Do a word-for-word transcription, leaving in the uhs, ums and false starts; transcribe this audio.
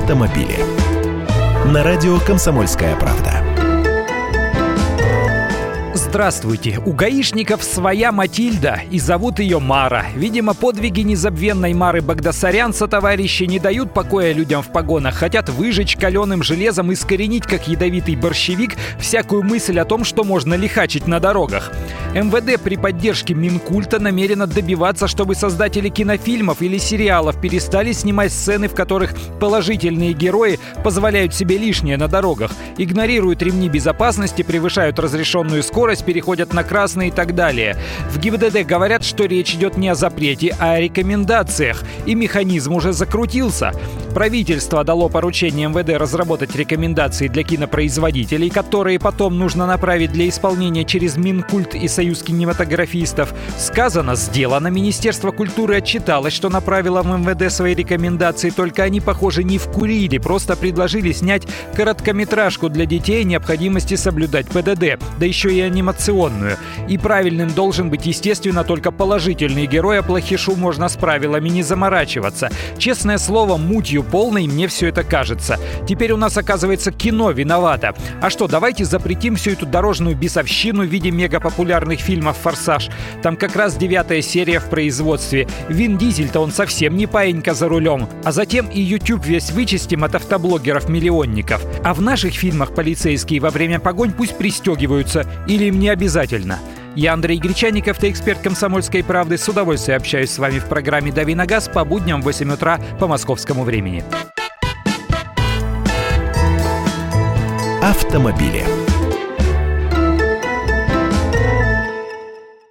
автомобили. На радио «Комсомольская правда». Здравствуйте! У гаишников своя Матильда, и зовут ее Мара. Видимо, подвиги незабвенной Мары Багдасарян сотоварищи не дают покоя людям в погонах. Хотят выжечь каленым железом, искоренить, как ядовитый борщевик, всякую мысль о том, что можно лихачить на дорогах. эм вэ дэ при поддержке Минкульта намерено добиваться, чтобы создатели кинофильмов или сериалов перестали снимать сцены, в которых положительные герои позволяют себе лишнее на дорогах, игнорируют ремни безопасности, превышают разрешенную скорость, переходят на красный и так далее. В гэ и бэ дэ дэ говорят, что речь идет не о запрете, а о рекомендациях, и механизм уже закрутился. Правительство дало поручение эм вэ дэ разработать рекомендации для кинопроизводителей, которые потом нужно направить для исполнения через Минкульт и Союз кинематографистов. Сказано, сделано. Министерство культуры отчиталось, что направило в эм вэ дэ свои рекомендации, только они, похоже, не вкурили, просто предложили снять короткометражку для детей о необходимости соблюдать пэ дэ дэ, да еще и анимационную. И правильным должен быть, естественно, только положительный герой, а плохишу можно с правилами не заморачиваться. Честное слово, мутью полной мне все это кажется. Теперь у нас, оказывается, кино виновато. А что, давайте запретим всю эту дорожную бесовщину в виде мегапопулярных фильмов «Форсаж». Там как раз девятая серия в производстве. Вин Дизель-то он совсем не паинька за рулем. А затем и YouTube весь вычистим от автоблогеров-миллионников. А в наших фильмах полицейские во время погонь пусть пристегиваются. Или им не обязательно. Я Андрей Гречанников, ты эксперт «Комсомольской правды». С удовольствием общаюсь с вами в программе «Дави на газ» по будням в восемь утра по московскому времени. Автомобили.